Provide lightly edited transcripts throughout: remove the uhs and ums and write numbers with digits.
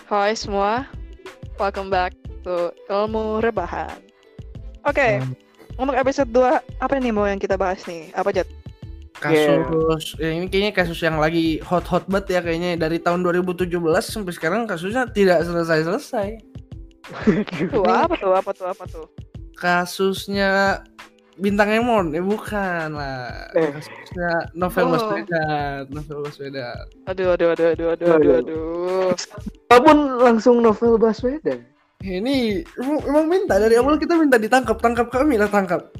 Hai semua, welcome back to Ilmu Rebahan. Oke, untuk episode 2, apa nih mau yang kita bahas nih? Apa, Jat? Kasus, ini kayaknya kasus yang lagi hot banget ya kayaknya. Dari tahun 2017 sampai sekarang kasusnya tidak selesai-selesai. Apa tuh? Kasusnya Bintang Emon, bukan lah. Kasusnya Novel Baswedan. Aduh. Apapun langsung Novel Baswedan. Ini emang minta dari awal, kita minta ditangkap kami lah, tangkap.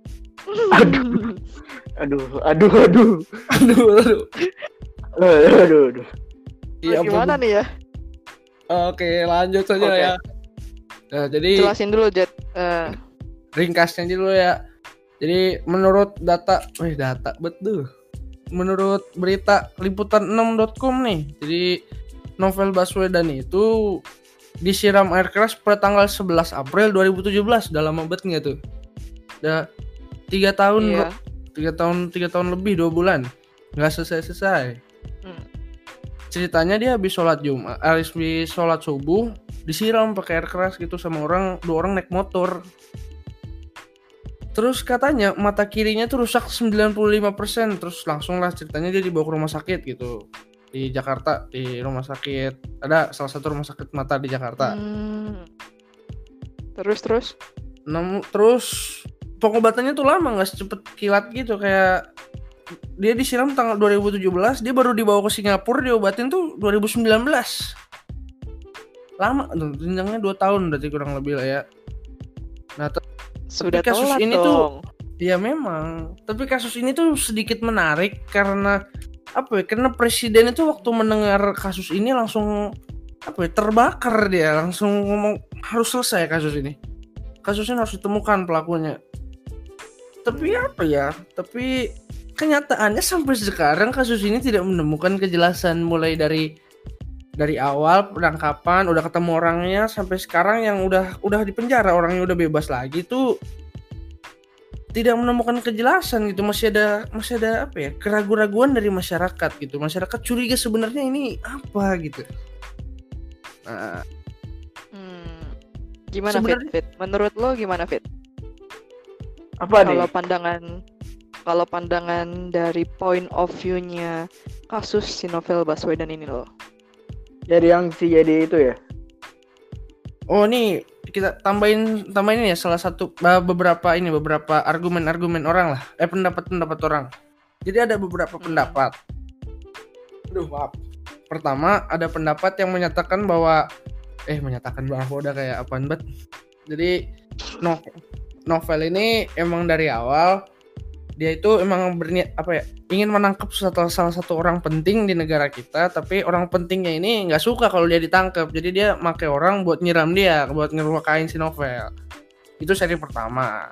Aduh. Iya, gimana nih ya? Oke, lanjut saja ya. Nah, jadi jelasin dulu, Jet. Ringkasnya dulu ya. Jadi menurut menurut berita liputan6.com nih, jadi Novel Baswedan itu disiram air keras pada tanggal 11 April 2017. Udah lama banget nggak tuh? Udah 3 tahun, Iya. 3 tahun lebih 2 bulan nggak selesai. Ceritanya dia habis sholat subuh disiram pakai air keras gitu sama dua orang naik motor. Terus katanya mata kirinya tuh rusak 95%. Terus langsung lah ceritanya dia dibawa ke rumah sakit gitu di Jakarta, di rumah sakit. Ada salah satu rumah sakit mata di Jakarta. Terus pengobatannya tuh lama, nggak cepet kilat gitu. Kayak dia disiram tanggal 2017, dia baru dibawa ke Singapura diobatin tuh 2019. Lama tuh, jenjangnya 2 tahun berarti kurang lebih lah ya. Nah, sudah kasus telat ini dong. tuh ya memang, tapi kasus ini tuh sedikit menarik karena karena presiden itu waktu mendengar kasus ini langsung terbakar, dia langsung ngomong harus selesai kasus ini. Kasusnya harus ditemukan pelakunya. Tapi kenyataannya sampai sekarang kasus ini tidak menemukan kejelasan, mulai dari awal penangkapan, udah ketemu orangnya, sampai sekarang yang udah di penjara, orangnya udah bebas lagi tuh tidak menemukan kejelasan gitu. Masih ada keraguan-keraguan dari masyarakat gitu. Masyarakat curiga sebenarnya ini apa gitu. Nah, gimana Fit? Menurut lo gimana, Fit? Apa nih? Kalau pandangan dari point of view-nya kasus si Novel Baswedan ini loh. Jadi itu ya. Oh, nih kita tambahin ya beberapa argumen orang lah. Pendapat orang. Jadi ada beberapa pendapat. Maaf. Pertama, ada pendapat yang menyatakan bahwa udah kayak apaan banget. Jadi Novel ini emang dari awal dia itu emang berniat ingin menangkap salah satu orang penting di negara kita, tapi orang pentingnya ini nggak suka kalau dia ditangkap, jadi dia pakai orang buat nyiram dia, buat ngeruakain si Novel. Itu seri pertama.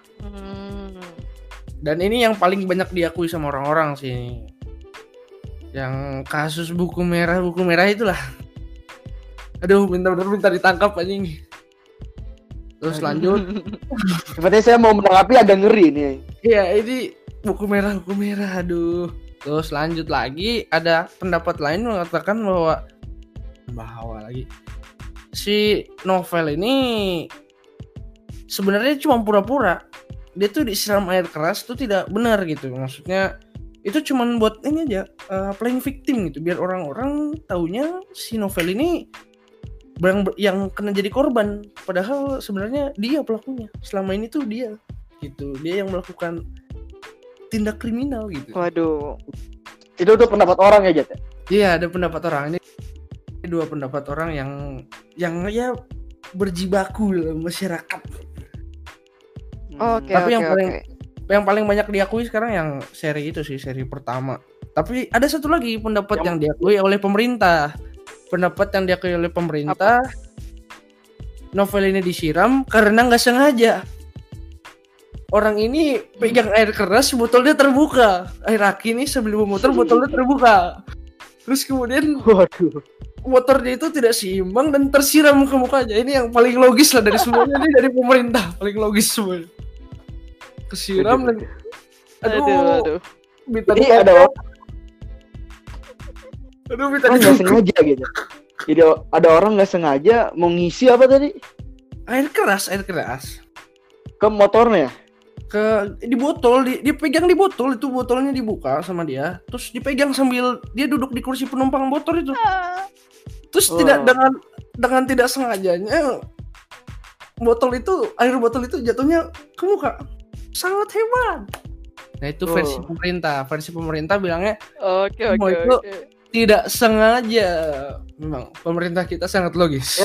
Dan ini yang paling banyak diakui sama orang-orang sih, yang kasus buku merah itulah. Aduh, minta ditangkap anjing. Terus lanjut. Sepertinya saya mau menanggapi agak ngeri nih. Iya, ini buku merah. Aduh. Terus lanjut lagi, ada pendapat lain mengatakan bahwa si Novel ini sebenarnya cuma pura-pura. Dia tuh disiram air keras tuh tidak benar gitu. Maksudnya itu cuma buat ini aja, playing victim gitu, biar orang-orang taunya si Novel ini yang kena jadi korban, padahal sebenarnya dia pelakunya. Selama ini tuh dia gitu, dia yang melakukan tindak kriminal gitu. Waduh. Itu tuh pendapat orang ya, Jat? Iya, ada pendapat orang. Ini 2 pendapat orang yang ya berjibaku dalam masyarakat. Tapi yang paling banyak diakui sekarang yang seri pertama. Tapi ada satu lagi pendapat yang diakui oleh pemerintah. Novel ini disiram karena nggak sengaja. Orang ini pegang air keras, botolnya terbuka. Air aki ini sebelum motor botolnya terbuka. Terus kemudian motornya itu tidak seimbang dan tersiram ke mukanya. Ini yang paling logis lah dari semuanya. Ini dari pemerintah paling logis semua. Kesiram dan aduh. Jadi ada orang. Minta sengaja gitu. Jadi ada orang nggak sengaja mau ngisi apa tadi Air keras ke motornya. di botol, dia pegang di botol, itu botolnya dibuka sama dia, terus dipegang sambil dia duduk di kursi penumpang motor itu. Terus tidak dengan tidak sengajanya air botol itu jatuhnya ke muka. Sangat hebat. Nah itu versi pemerintah bilangnya Oke. tidak sengaja. Memang pemerintah kita sangat logis.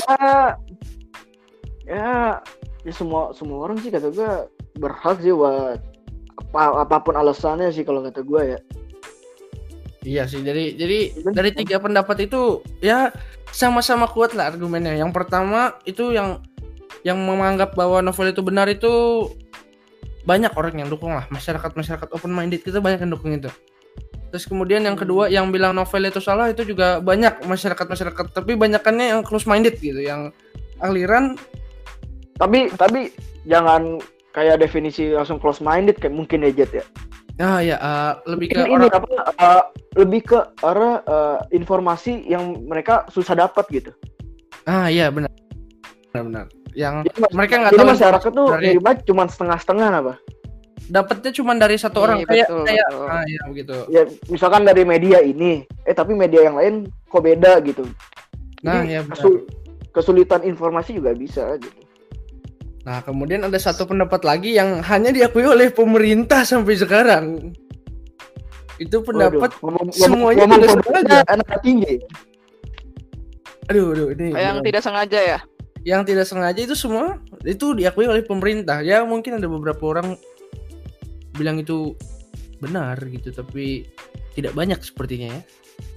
Ya semua orang sih kata gue berhak sih buat apapun alasannya sih kalau kata gue ya. Iya sih, jadi dari 3 pendapat itu ya sama-sama kuat lah argumennya. Yang pertama itu yang menganggap bahwa novel itu benar itu banyak orang yang dukung lah, masyarakat open minded kita banyak yang dukung itu. Terus kemudian yang kedua yang bilang novel itu salah itu juga banyak masyarakat, tapi banyakannya yang close minded gitu, yang aliran. Tapi jangan kayak definisi langsung close minded kayak mungkin ya Jet ya. Lebih ke ini lebih ke arah informasi yang mereka susah dapat gitu. Iya benar. Yang mereka nggak tahu masyarakat tuh nerima cuma setengah-setengah apa? Dapatnya cuma dari satu orang kayak begitu. Ya misalkan dari media ini, tapi media yang lain kok beda gitu. Jadi, kesulitan informasi juga bisa gitu. Nah, kemudian ada satu pendapat lagi yang hanya diakui oleh pemerintah sampai sekarang. Itu pendapat semuanya tidak sengaja. Anak tinggi. Aduh, ini yang tidak sengaja ya? Yang tidak sengaja itu semua itu diakui oleh pemerintah. Ya, mungkin ada beberapa orang bilang itu benar gitu, tapi tidak banyak sepertinya ya.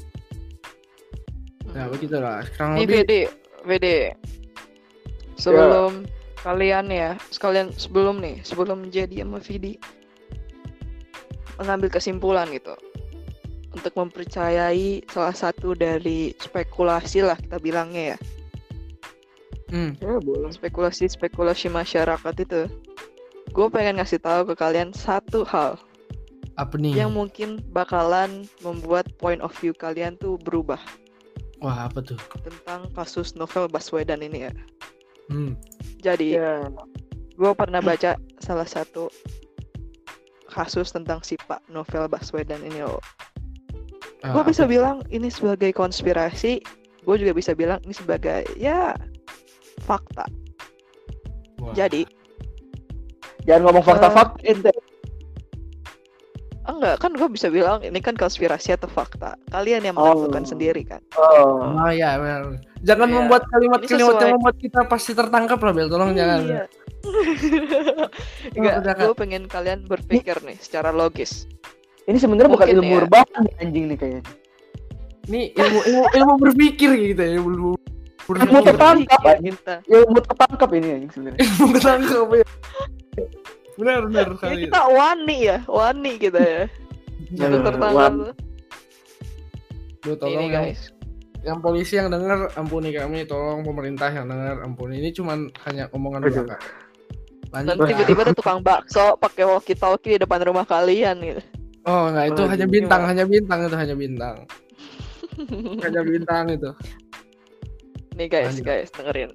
Nah, begitulah. Sekarang ini VD. Sebelum kalian sebelum jadi sama Vidi mengambil kesimpulan gitu untuk mempercayai salah satu dari spekulasi lah kita bilangnya ya. Boleh. Spekulasi masyarakat itu. Gue pengen ngasih tahu ke kalian satu hal. Apa nih? Yang mungkin bakalan membuat point of view kalian tuh berubah. Wah, apa tuh? Tentang kasus novel Baswedan ini ya. Jadi, gue pernah baca salah satu kasus tentang si Pak Novel Baswedan ini loh. Gue bisa bilang ini sebagai konspirasi, gue juga bisa bilang ini sebagai fakta. Wah. Jadi, jangan ngomong fakta-fakta ente. Enggak, kan gue bisa bilang ini kan konspirasi atau fakta. Kalian yang menentukan sendiri kan. Ya benar. Jangan membuat kalimat-kalimat yang membuat kita pasti tertangkap lah, Bel. Tolong jangan. Enggak, gue pengen kalian berpikir nih secara logis. Ini sebenarnya bukan ilmu urban anjing nih kayaknya. Ini ilmu berpikir gitu ya, ilmu tertangkap ilmu tertangkap ini anjing sebenarnya. Ilmu tertangkap ya. Benar kali. Kita wani kita ya. Itu tertangkap. Tolong ini guys. Yang polisi yang dengar ampuni kami, tolong pemerintah yang dengar ampuni. Ini cuman hanya omongan belaka. Lanjut. Nanti tiba-tiba ada tukang bakso pakai walkie-talkie di depan rumah kalian gitu. Oh, enggak, itu hanya bintang itu hanya bintang. Hanya bintang itu. Nih guys, dengerin.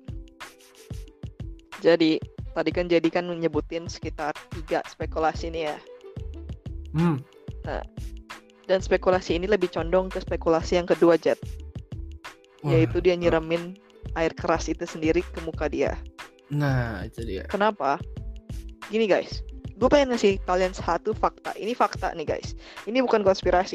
Jadi tadi kan menyebutin sekitar 3 spekulasi nih ya. Nah, dan spekulasi ini lebih condong ke spekulasi yang kedua, Jet. Yaitu dia nyiramin air keras itu sendiri ke muka dia. Nah, itu dia. Kenapa? Gini guys, gue pengen ngasih kalian satu fakta. Ini fakta nih guys. Ini bukan konspirasi.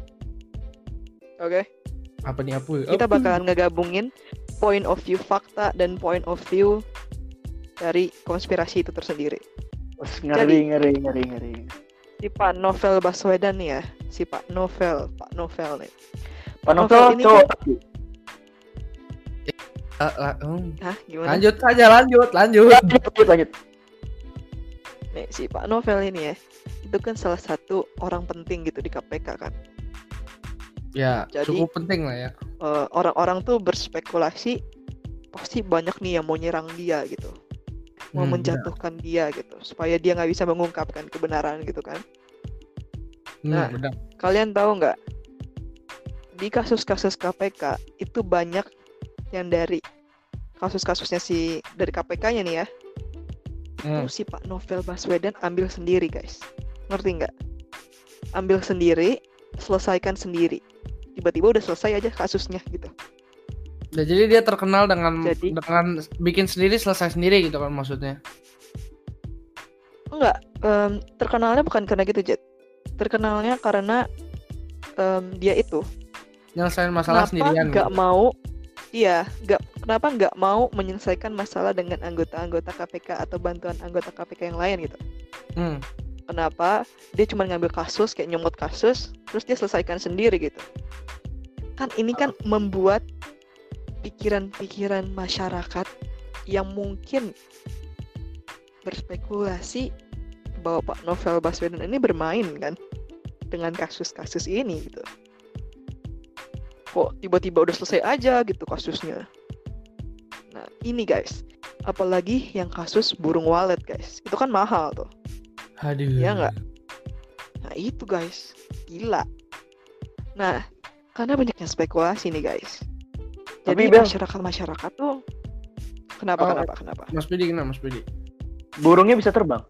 Oke? Apa nih Kita bakalan ngegabungin point of view fakta dan point of view dari konspirasi itu tersendiri. Ngeri. Si Pak Novel Baswedan nih ya, si Pak Novel nih. Pak Novel ini cowok. Gimana? Lanjut. Nih si Pak Novel ini ya, itu kan salah satu orang penting gitu di KPK kan. Ya, jadi, cukup penting lah ya. Orang-orang tuh berspekulasi pasti banyak nih yang mau nyerang dia gitu. Mau menjatuhkan dia gitu supaya dia nggak bisa mengungkapkan kebenaran gitu kan. Nah, benar. Kalian tahu nggak di kasus-kasus KPK itu banyak yang dari kasus-kasusnya dari KPK-nya nih ya. Itu si Pak Novel Baswedan ambil sendiri guys. Ngerti nggak? Ambil sendiri, selesaikan sendiri. Tiba-tiba udah selesai aja kasusnya gitu. Nah, jadi dia terkenal dengan bikin sendiri selesai sendiri gitu kan maksudnya? Enggak, terkenalnya bukan karena gitu Jet. Terkenalnya karena dia itu nyelesain masalah sendirian. Kenapa nggak mau menyelesaikan masalah dengan anggota-anggota KPK atau bantuan anggota KPK yang lain gitu? Kenapa dia cuma ngambil kasus kayak nyomot kasus, terus dia selesaikan sendiri gitu? Kan ini kan membuat pikiran-pikiran masyarakat yang mungkin berspekulasi bahwa Pak Novel Baswedan ini bermain kan dengan kasus-kasus ini gitu. Kok tiba-tiba udah selesai aja gitu kasusnya. Nah ini guys, apalagi yang kasus burung walet guys, itu kan mahal tuh. Aduh. Ya nggak? Nah itu guys, gila. Nah karena banyaknya spekulasi nih guys. Jadi masyarakat tuh kenapa? Mas Budi kenapa Mas Budi? Burungnya bisa terbang.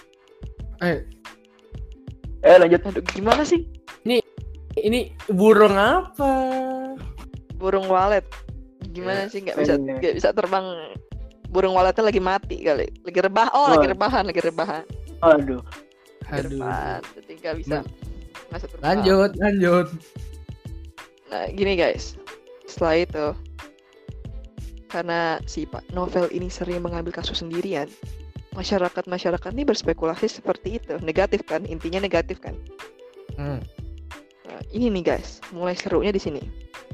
Lanjut. Aduh, gimana sih? Ini burung apa? Burung walet. Gimana sih nggak bisa terbang? Burung waletnya lagi mati kali. Lagi rebahan. Aduh. Jadi nggak bisa masuk terbang. Lanjut. Nah gini guys, setelah itu karena si Pak Novel ini sering mengambil kasus sendirian, masyarakat ini berspekulasi seperti itu, negatif kan, intinya negatif kan. Nah, ini nih guys, mulai serunya di sini.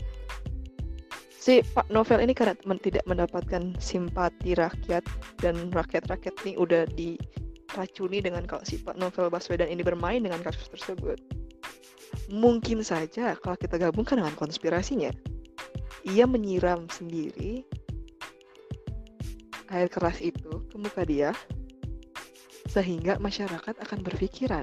Si Pak Novel ini karena tidak mendapatkan simpati rakyat dan rakyat nih udah diracuni dengan kalau si Pak Novel Baswedan ini bermain dengan kasus tersebut. Mungkin saja kalau kita gabungkan dengan konspirasinya, ia menyiram sendiri air keras itu ke muka dia sehingga masyarakat akan berpikiran,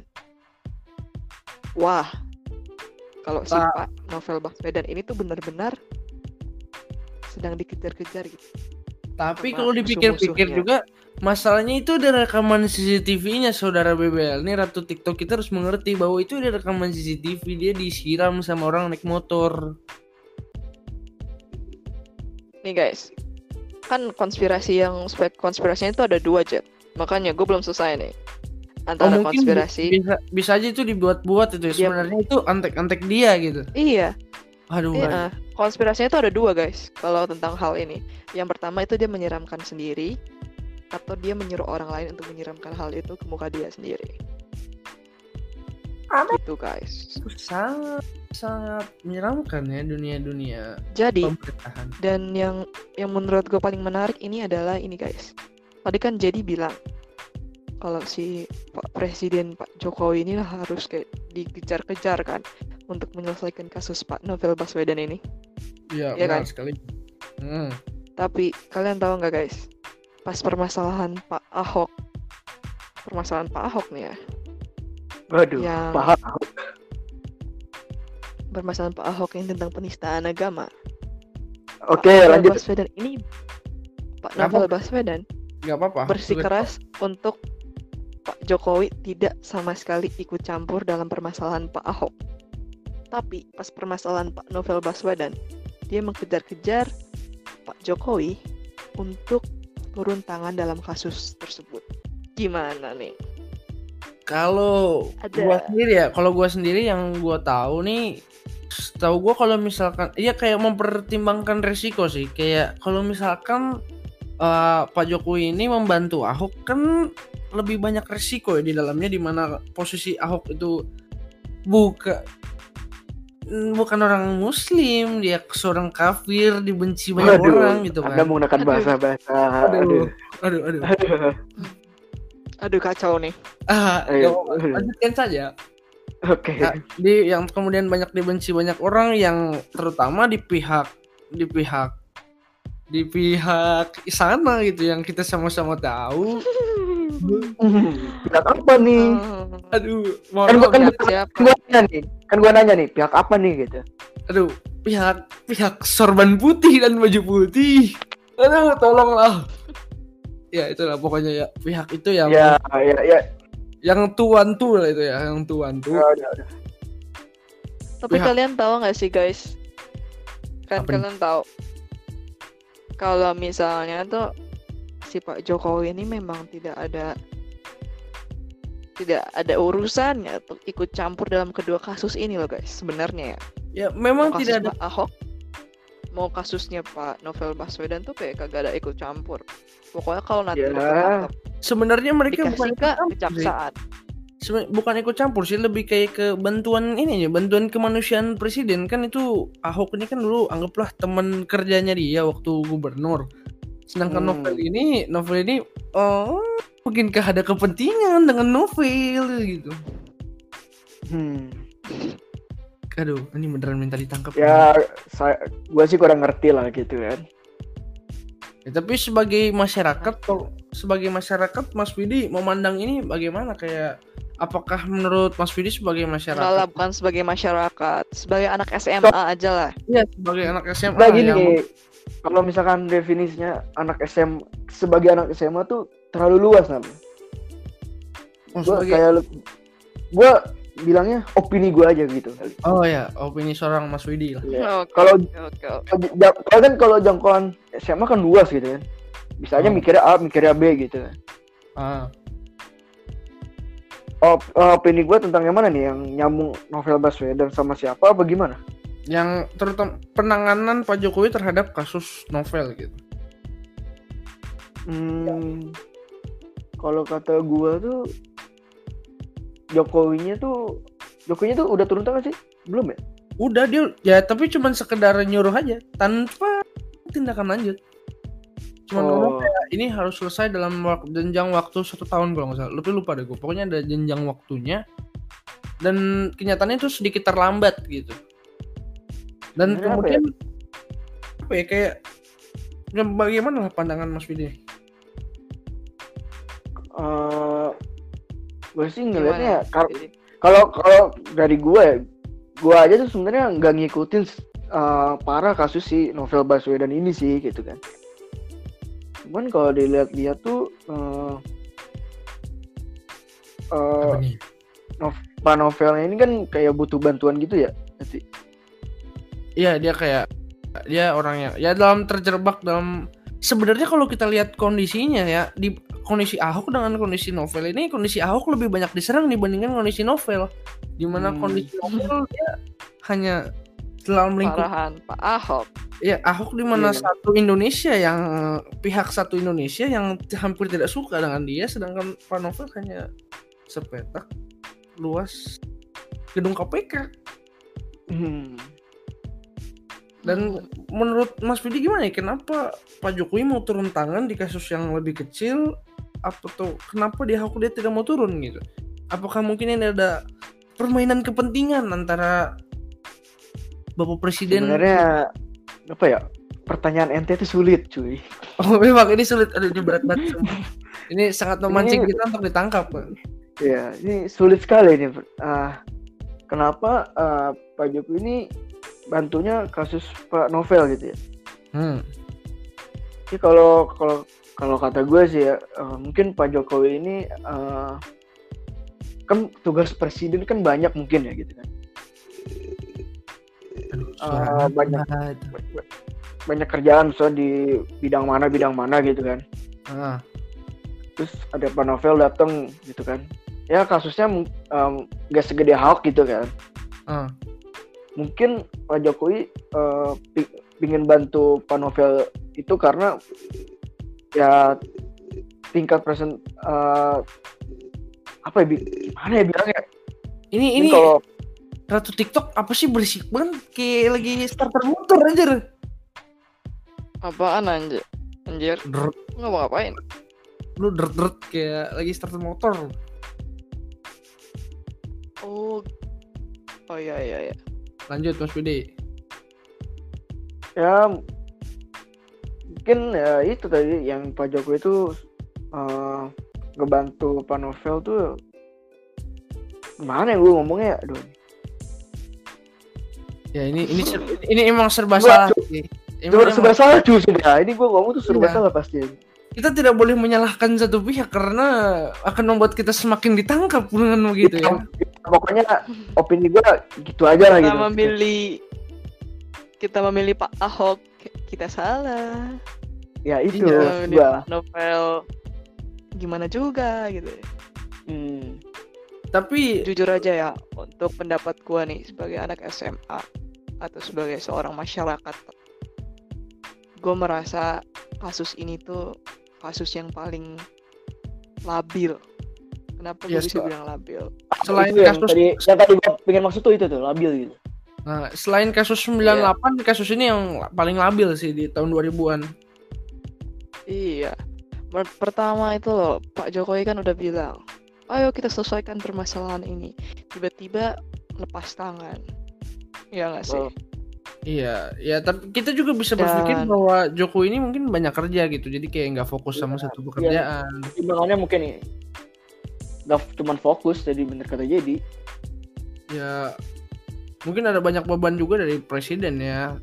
wah, kalau si Pak Novel Baswedan ini tuh benar-benar sedang dikejar-kejar gitu. Tapi kalau dipikir-pikir juga masalahnya itu ada rekaman CCTV-nya saudara BBL. Ini Ratu TikTok kita harus mengerti bahwa itu ada rekaman CCTV, dia disiram sama orang naik motor. Nih guys, kan konspirasinya itu ada 2 Jet. Makanya gue belum selesai nih. Antara konspirasi bisa aja itu dibuat-buat itu sebenarnya itu antek-antek dia gitu. Iya. Aduh. Iya, konspirasinya itu ada 2 guys. Kalau tentang hal ini, yang pertama itu dia menyiramkan sendiri atau dia menyuruh orang lain untuk menyiramkan hal itu ke muka dia sendiri. Gitu guys. Sangat menyeramkan ya dunia jadi pemerintahan. Dan yang menurut gue paling menarik ini adalah ini guys. Tadi kan jadi bilang kalau si Pak Presiden Pak Jokowi ini harus kayak dikejar-kejar kan untuk menyelesaikan kasus Pak Novel Baswedan ini. Iya benar kan? Sekali. Tapi kalian tahu nggak guys, pas permasalahan Pak Ahok nih ya. Waduh, Pak Ahok. Permasalahan Pak Ahok yang tentang penistaan agama. Oke, lanjut. Pak Novel Baswedan nggak apa-apa. Bersikeras untuk Pak Jokowi tidak sama sekali ikut campur dalam permasalahan Pak Ahok. Tapi pas permasalahan Pak Novel Baswedan, dia mengejar-kejar Pak Jokowi untuk turun tangan dalam kasus tersebut. Gimana nih? Kalau gue sendiri yang gue tahu nih, tahu gue kalau misalkan ya kayak mempertimbangkan resiko sih. Kayak kalau misalkan Pak Jokowi ini membantu Ahok kan lebih banyak resiko ya di dalamnya, di mana posisi Ahok itu bukan orang Muslim, dia seorang kafir, dibenci banyak orang gitu kan. Anda menggunakan bahasa-bahasa. Aduh kacau nih. Lanjutkan saja. Oke. Nah, yang kemudian banyak dibenci banyak orang, yang terutama di pihak sana gitu, yang kita sama-sama tahu. Pihak apa nih? Kan gue nanya nih, pihak apa nih gitu. Aduh, pihak sorban putih dan baju putih. Aduh, tolonglah. Ya itulah pokoknya ya, pihak itu yang ya. Yang tuan tuh lah itu ya, yang tuan tuh. Ya. Tapi kalian tahu nggak sih guys? Kalian tahu kalau misalnya tuh si Pak Jokowi ini memang tidak ada urusannya untuk ikut campur dalam kedua kasus ini loh guys, sebenarnya ya. Ya memang mau tidak ada Pak Ahok, mau kasusnya Pak Novel Baswedan tuh kayak kagak ada ikut campur. Pokoknya kalau nanti ketangkap, sebenarnya mereka bukan ke kejaksaan. Bukan ikut campur sih, lebih kayak ke bantuan ini ya, bantuan kemanusiaan presiden. Kan itu Ahok ini kan dulu anggaplah teman kerjanya dia waktu gubernur. Sedangkan Novel ini mungkinkah ada kepentingan dengan Novel gitu. Aduh, ini beneran minta ditangkap. Ya, gue sih kurang ngerti lah gitu kan. Ya, tapi sebagai masyarakat, Mas Widi memandang ini bagaimana? Kayak apakah menurut Mas Widi sebagai masyarakat? Malah bukan sebagai masyarakat, sebagai anak SMA aja lah. Iya, sebagai anak SMA. Nah gini, kalau misalkan definisinya sebagai anak SMA tuh terlalu luas namanya. Gue bilangnya opini gue aja gitu. Oh ya, opini seorang Mas Widi lah. Ya. Kalau jangkauan SMA kan luas gitu kan. Bisa aja mikirnya A, mikirnya B gitu kan. Opini gue tentang yang mana nih, yang nyambung Novel Baswedan sama siapa apa gimana? Yang terutama penanganan Pak Jokowi terhadap kasus Novel gitu. Kalau kata gue tuh Jokowinya tuh udah turun tangan sih? Belum ya? Udah dia ya, tapi cuma sekedar nyuruh aja tanpa tindakan lanjut. Cuma ngomong kayak ini harus selesai dalam jenjang waktu 1 tahun kalau nggak salah. Lupa deh gue. Pokoknya ada jenjang waktunya. Dan kenyataannya itu sedikit terlambat gitu. Dan kemudian apa ya kayak bagaimana pandangan Mas Widi? Gue sih ngeliatnya kalau dari gue aja tuh sebenarnya nggak ngikutin parah kasus si Novel Baswedan ini sih gitu kan. Cuman kalau dilihat tuh Pak Novelnya ini kan kayak butuh bantuan gitu ya nanti. Iya, dia orangnya ya terjebak dalam, sebenarnya kalau kita lihat kondisinya ya, di kondisi Ahok dengan kondisi Novel ini, kondisi Ahok lebih banyak diserang dibandingkan kondisi Novel. Di mana kondisi Novel dia hanya dalam lingkup Pak Ahok. Iya, Ahok di mana pihak satu Indonesia yang hampir tidak suka dengan dia, sedangkan Pak Novel hanya sepetak luas gedung KPK. Dan menurut Mas Widi gimana ya? Kenapa Pak Jokowi mau turun tangan di kasus yang lebih kecil? Apa tuh? Kenapa dia tidak mau turun gitu? Apakah mungkin ini ada permainan kepentingan antara Bapak Presiden? Sebenarnya apa ya? Pertanyaan ente itu sulit, cuy. Oh, memang ini sulit. Aduh, ini berat banget. Ini sangat memancing kita untuk ditangkap. Iya, ini sulit sekali ini. Kenapa Pak Jokowi ini bantunya kasus Pak Novel gitu ya? Jadi kalau kata gue sih ya, mungkin Pak Jokowi ini kan tugas presiden kan banyak mungkin ya gitu kan. Banyak kerjaan misalnya di bidang mana gitu kan. Terus ada Pak Novel datang gitu kan. Ya kasusnya gak segede Ahok gitu kan. Mungkin Pak Jokowi ingin bantu Pak Novel itu karena ya tingkat gimana ya bilangnya? Ini kalau Ratu TikTok apa sih berisik banget kayak lagi starter motor anjir. Apaan anjir? Nggak mau ngapain? Lu deret kayak lagi starter motor. Oh iya. Lanjut Mas Widi. Ya mungkin ya itu tadi yang Pak Jokowi itu ngebantu Pak Novel tuh gimana ya gue ngomongnya, aduh. Ya ini emang serba salah sih. Serba salah cuy sudah. Ini gue ngomong tuh serba salah pasti. Kita tidak boleh menyalahkan satu pihak karena akan membuat kita semakin ditangkap dengan begitu ya. Pokoknya opini gue gitu aja lah gitu. Kita memilih Pak Ahok, kita salah. Ya itu gua. Novel gimana juga gitu. Tapi jujur aja ya, untuk pendapat gua nih sebagai anak SMA atau sebagai seorang masyarakat, gua merasa kasus ini tuh kasus yang paling labil. Kenapa gue bisa bilang labil? Selain kasus yang tadi gue pengen maksud tuh itu tuh labil gitu. Nah, selain kasus 98, kasus ini yang paling labil sih di tahun 2000-an. Iya. Pertama itu loh, Pak Jokowi kan udah bilang, ayo kita selesaikan permasalahan ini. Tiba-tiba lepas tangan. Iya nggak sih? Iya, ya tapi kita juga bisa berpikir bahwa Jokowi ini mungkin banyak kerja gitu, jadi kayak nggak fokus sama satu pekerjaan. Makanya mungkin nggak cuma fokus, jadi bener kata jadi. Ya, mungkin ada banyak beban juga dari presiden ya.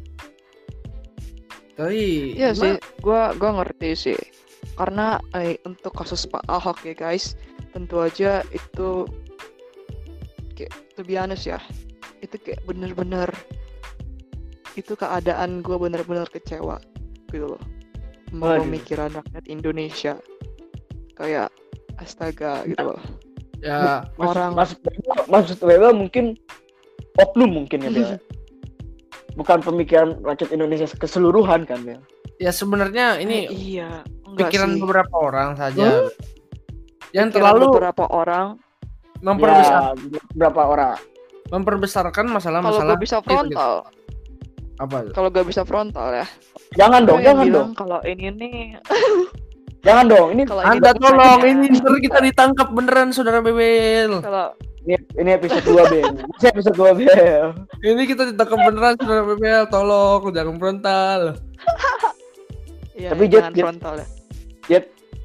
Tapi iya sih, gua ngerti sih. Karena untuk kasus Pak Ahok ya guys, tentu aja itu kayak to be honest ya, itu kayak bener-bener itu keadaan gue bener-bener kecewa gitu loh. Pemikiran rakyat Indonesia kayak astaga gitu loh. Ya maksud Bel mungkin oknum mungkin ya Bel. Bukan pemikiran rakyat Indonesia keseluruhan kan Bel. Ya sebenarnya ini pikiran sih. Beberapa orang saja. Yang terlalu beberapa orang memperbesarkan masalah-masalah. Kalau gue bisa frontal. Gitu. Apa? Kalau gak bisa frontal ya. Jangan dong. Kalau ini nih. Jangan dong. Ini Anda tolong ini ntar kita ditangkap beneran Saudara Bebel. Kalau ini episode 2 Bel. Ini kita ditangkap beneran Saudara Bebel. Tolong jangan frontal. Iya, tapi jangan frontal ya. Jet.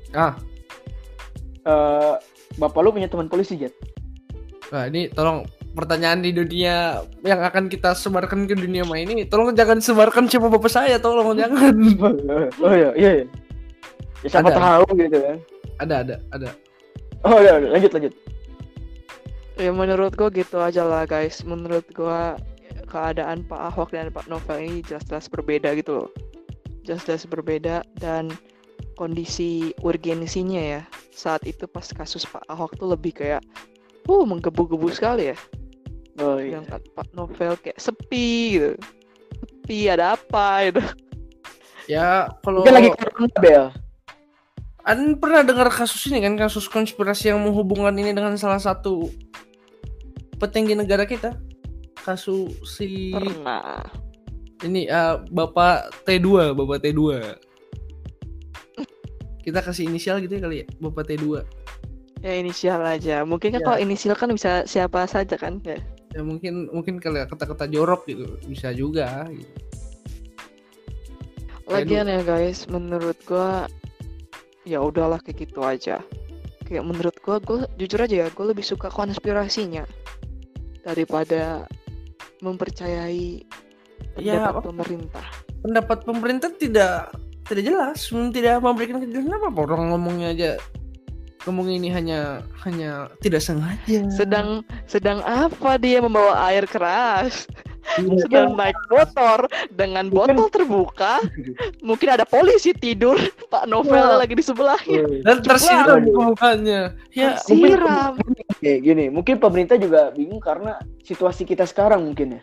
Bapak lu punya teman polisi Jet? Nah, ini tolong pertanyaan di dunia yang akan kita sebarkan ke dunia maya ini, tolong jangan sebarkan siapa bapak saya, tolong jangan. Oh iya. Ya, siapa tahu gitu kan. Ada. Oh ya, lanjut. Ya menurut gue gitu aja lah guys. Menurut gue keadaan Pak Ahok dan Pak Novel ini jelas-jelas berbeda gitu loh. Jelas-jelas berbeda dan kondisi urgensinya ya. Saat itu pas kasus Pak Ahok tuh lebih kayak menggebu-gebu sekali ya. Oh iya. Yang Pak Novel kayak sepi gitu. Sepi ada apa gitu. Ya kalau lagi corona Bel. Anda pernah dengar kasus ini kan, kasus konspirasi yang menghubungkan ini dengan salah satu petinggi negara kita? Kasus si pernah. Ini Bapak T2. Kita kasih inisial gitu ya kali ya, Bapak T2. Ya inisial aja. Mungkin kan kalau inisial kan bisa siapa saja kan ya. Ya mungkin kalau kata-kata jorok gitu bisa juga gitu. Lagian ya guys, menurut gua ya udahlah kayak gitu aja. Kayak menurut gua jujur aja ya, gua lebih suka konspirasinya daripada mempercayai pendapat pemerintah. Pendapat pemerintah tidak jelas, tidak memberikan kejelasan apa orang ngomongnya aja. Ngomong ini hanya tidak sengaja. Sedang apa dia membawa air keras? Sedang naik motor dengan botol terbuka. Mungkin ada polisi tidur, Pak Novel lagi di sebelahnya. Dan tersiram mukanya. Ya, tersiram. Gini, mungkin pemerintah juga bingung karena situasi kita sekarang mungkin ya.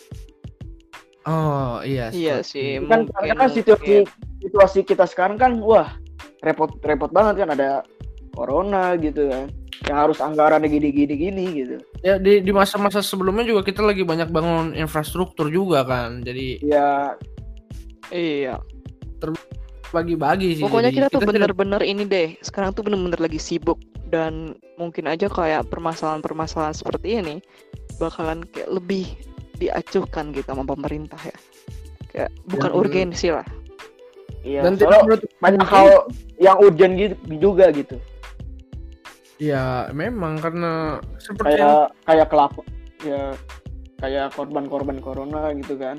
Oh iya. Iya sih. Kan karena situasi kita sekarang kan repot banget kan, ada corona gitu kan, yang harus anggarannya gini gitu. Ya di masa-masa sebelumnya juga kita lagi banyak bangun infrastruktur juga kan, jadi iya terbagi-bagi sih. Pokoknya kita tuh bener-bener ini deh, sekarang tuh bener-bener lagi sibuk dan mungkin aja kayak permasalahan seperti ini bakalan kayak lebih diacuhkan gitu sama pemerintah ya, kayak bukan urgensi lah. Iya. Dan banyak hal yang urgent gitu juga gitu. Ya memang karena seperti kayak kelapa ya, kayak korban-korban corona gitu kan.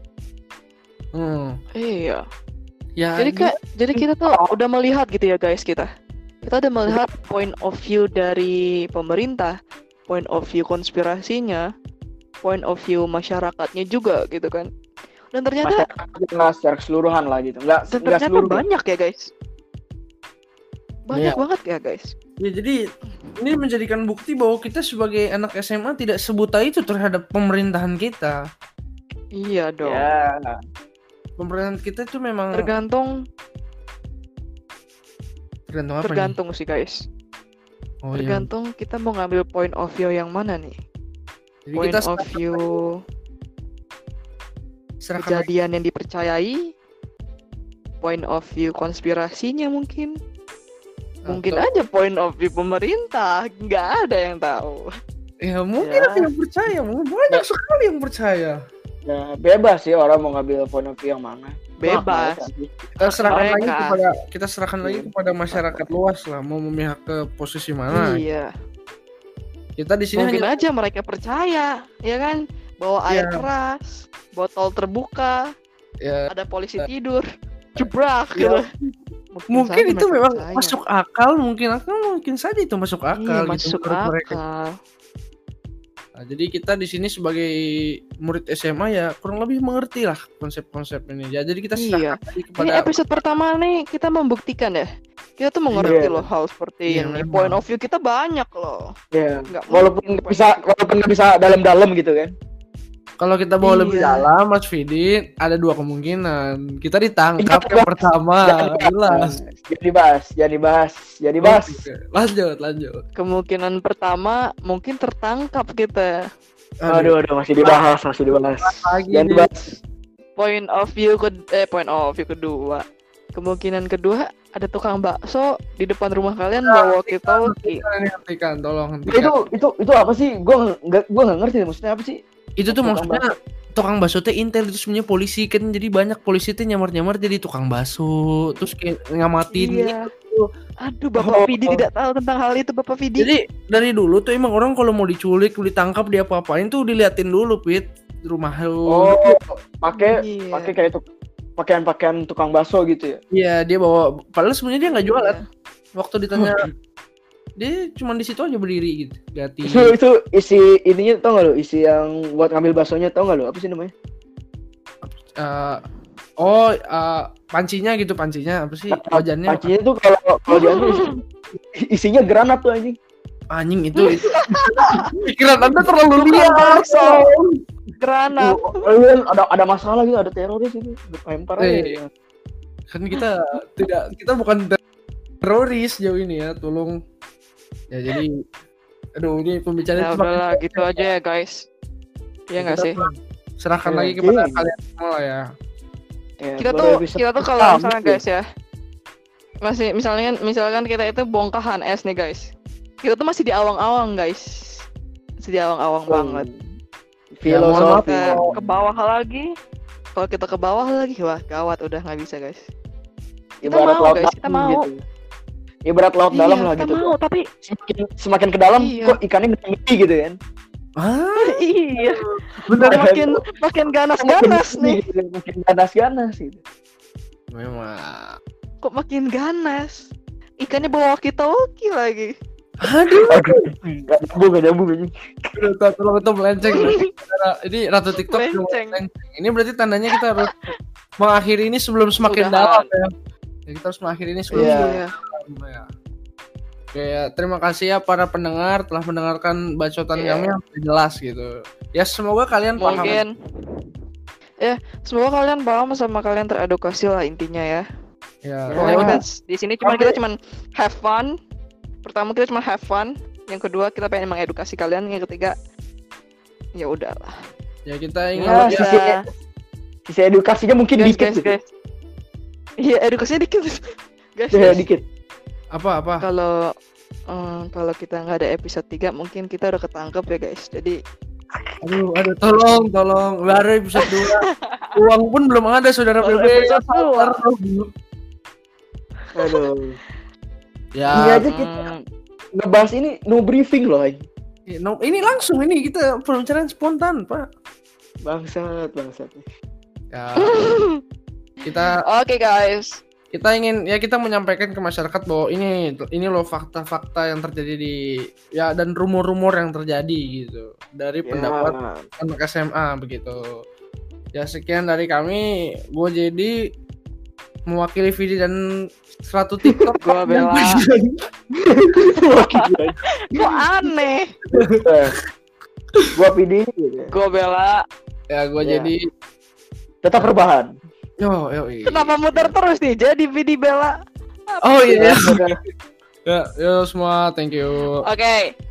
Iya. Ya, Jadi kita tuh udah melihat gitu ya guys, kita udah melihat point of view dari pemerintah, point of view konspirasinya, point of view masyarakatnya juga gitu kan. Dan ternyata secara keseluruhan lah gitu. Enggak seluruh banyak ya guys. Banyak banget ya guys. Ya jadi ini menjadikan bukti bahwa kita sebagai anak SMA tidak sebuta itu terhadap pemerintahan kita. Iya dong. Ya. Pemerintahan kita itu memang tergantung apa tergantung sih guys. Tergantung kita mau ngambil point of view yang mana nih. Jadi point of view kejadian yang dipercayai, point of view konspirasinya mungkin aja point of view pemerintah, nggak ada yang tahu. Ya mungkin ada yang percaya, banyak sekali yang percaya. Ya bebas sih orang mau ngambil point of view yang mana. Bebas. Kita serahkan lagi kepada masyarakat luas lah, mau memihak ke posisi mana. Iya. Kita di sini mungkin aja mereka percaya, ya kan? Bawa air keras, botol terbuka, ada polisi tidur, jebrak gitu. Mungkin itu memang masuk akal, mungkin saja itu masuk akal. Masuk akal. Nah, jadi kita di sini sebagai murid SMA ya kurang lebih mengerti lah konsep-konsep ini. Ya, jadi kita serahkan lagi kepada. Ini episode pertama nih kita membuktikan ya. Kita tuh mengerti loh hal seperti ini. Memang. Point of view kita banyak loh. Iya. Walaupun nggak bisa dalam-dalam gitu kan. Kalau kita mau lebih dalam, Mas Fidi, ada dua kemungkinan. Kita ditangkap yang pertama, jelas. Jangan dibahas. Lanjut. Kemungkinan pertama mungkin tertangkap kita. Aduh, masih dibahas. Jangan dibahas. Point of view kedua. Kemungkinan kedua ada tukang bakso di depan rumah kalian bawa walkie-talkie. Hentikan. Itu apa sih? Gua nggak ngerti maksudnya apa sih? Itu tuh maksudnya tukang bakso teh intel itu sebenarnya polisi kan, jadi banyak polisi teh nyamar jadi tukang bakso terus kayak ngamatin gitu. Aduh, Bapak Vidi tidak tahu tentang hal itu, Bapak Vidi. Jadi dari dulu tuh emang orang kalau mau diculik, ditangkap, dia apa-apain tuh diliatin dulu Pit rumah lu. Pakai kayak itu pakaian tukang bakso gitu ya. Iya, dia bawa, padahal sebenarnya dia nggak jualan. Waktu ditanya dia cuma di situ aja berdiri gitu, ganti. Itu isi ininya tau gak lo? Isi yang buat ngambil baksonya tau gak lo? Apa sih namanya? Pancinya apa sih? Wajannya. Pancinya tuh kalau diambil isinya granat tuh anjing. Anjing itu. Pikiran Anda terlalu liar. Granat. Ada masalah gitu, ada teroris itu. Lempar aja. Kan kita bukan teroris jauh ini ya, tolong. Ya jadi ini pembicaraan udahlah gitu aja ya guys. Iya enggak sih? Serahkan lagi kepada kalian semua ya. Kita tuh kalau misalnya guys ya. Misalkan kita itu bongkahan es nih guys. Kita tuh masih di awang-awang guys. Masih di awang-awang banget. Filosofi ke bawah lagi. Kalau kita ke bawah lagi, wah gawat, udah nggak bisa guys. Kita mau guys, kita mau. Gitu. Ibarat laut dalam lah gitu. Mau, tapi semakin ke dalam kok ikannya gede gitu kan. Iya. Benar, makin ganas-ganas nih. Makin ganas-ganas gitu. Memang. Kok makin ganas? Ikannya bawa walkie-talkie lagi. Aduh. Gak nyambung ini. Tolong melenceng. Ini Ratu TikTok melenceng. Ini berarti tandanya kita harus mengakhiri ini sebelum semakin dalam ya. Kita harus mengakhiri ini sebelum ya. Oke, terima kasih ya para pendengar telah mendengarkan bacotan kami yang jelas gitu. Ya semoga kalian paham. Semoga kalian paham sama kalian teredukasi lah intinya ya. Ya. Di sini kita cuma have fun. Pertama kita cuma have fun. Yang kedua kita pengen mengedukasi kalian. Yang ketiga ya udahlah. Ya kita ingin sisi edukasinya mungkin dikit guys. Iya, edukasinya dikit. Guys. Dikit. Apa? Kalau kita nggak ada episode 3 mungkin kita udah ketangkep ya guys. Jadi aduh tolong baru episode 2. Uang pun belum ada saudara PB. Aduh. Ya. Ini aja kita ngebahas ini no briefing loh. Ini langsung ini kita pembicaraan spontan, Pak. Bangsat. Ya. Kita Oke, guys. Kita ingin kita menyampaikan ke masyarakat bahwa ini loh fakta-fakta yang terjadi dan rumor-rumor yang terjadi gitu dari pendapat anak SMA begitu. Ya sekian dari kami, gue jadi mewakili Vidi dan Ratu TikTok. Gue Bella. Kok aneh? Gue Vidi. Gue Bella. Ya gue jadi tetap berbahan. Yo. Kenapa muter terus nih? Jadi Vidi Bella. Oh iya. Ya, semua thank you. Oke.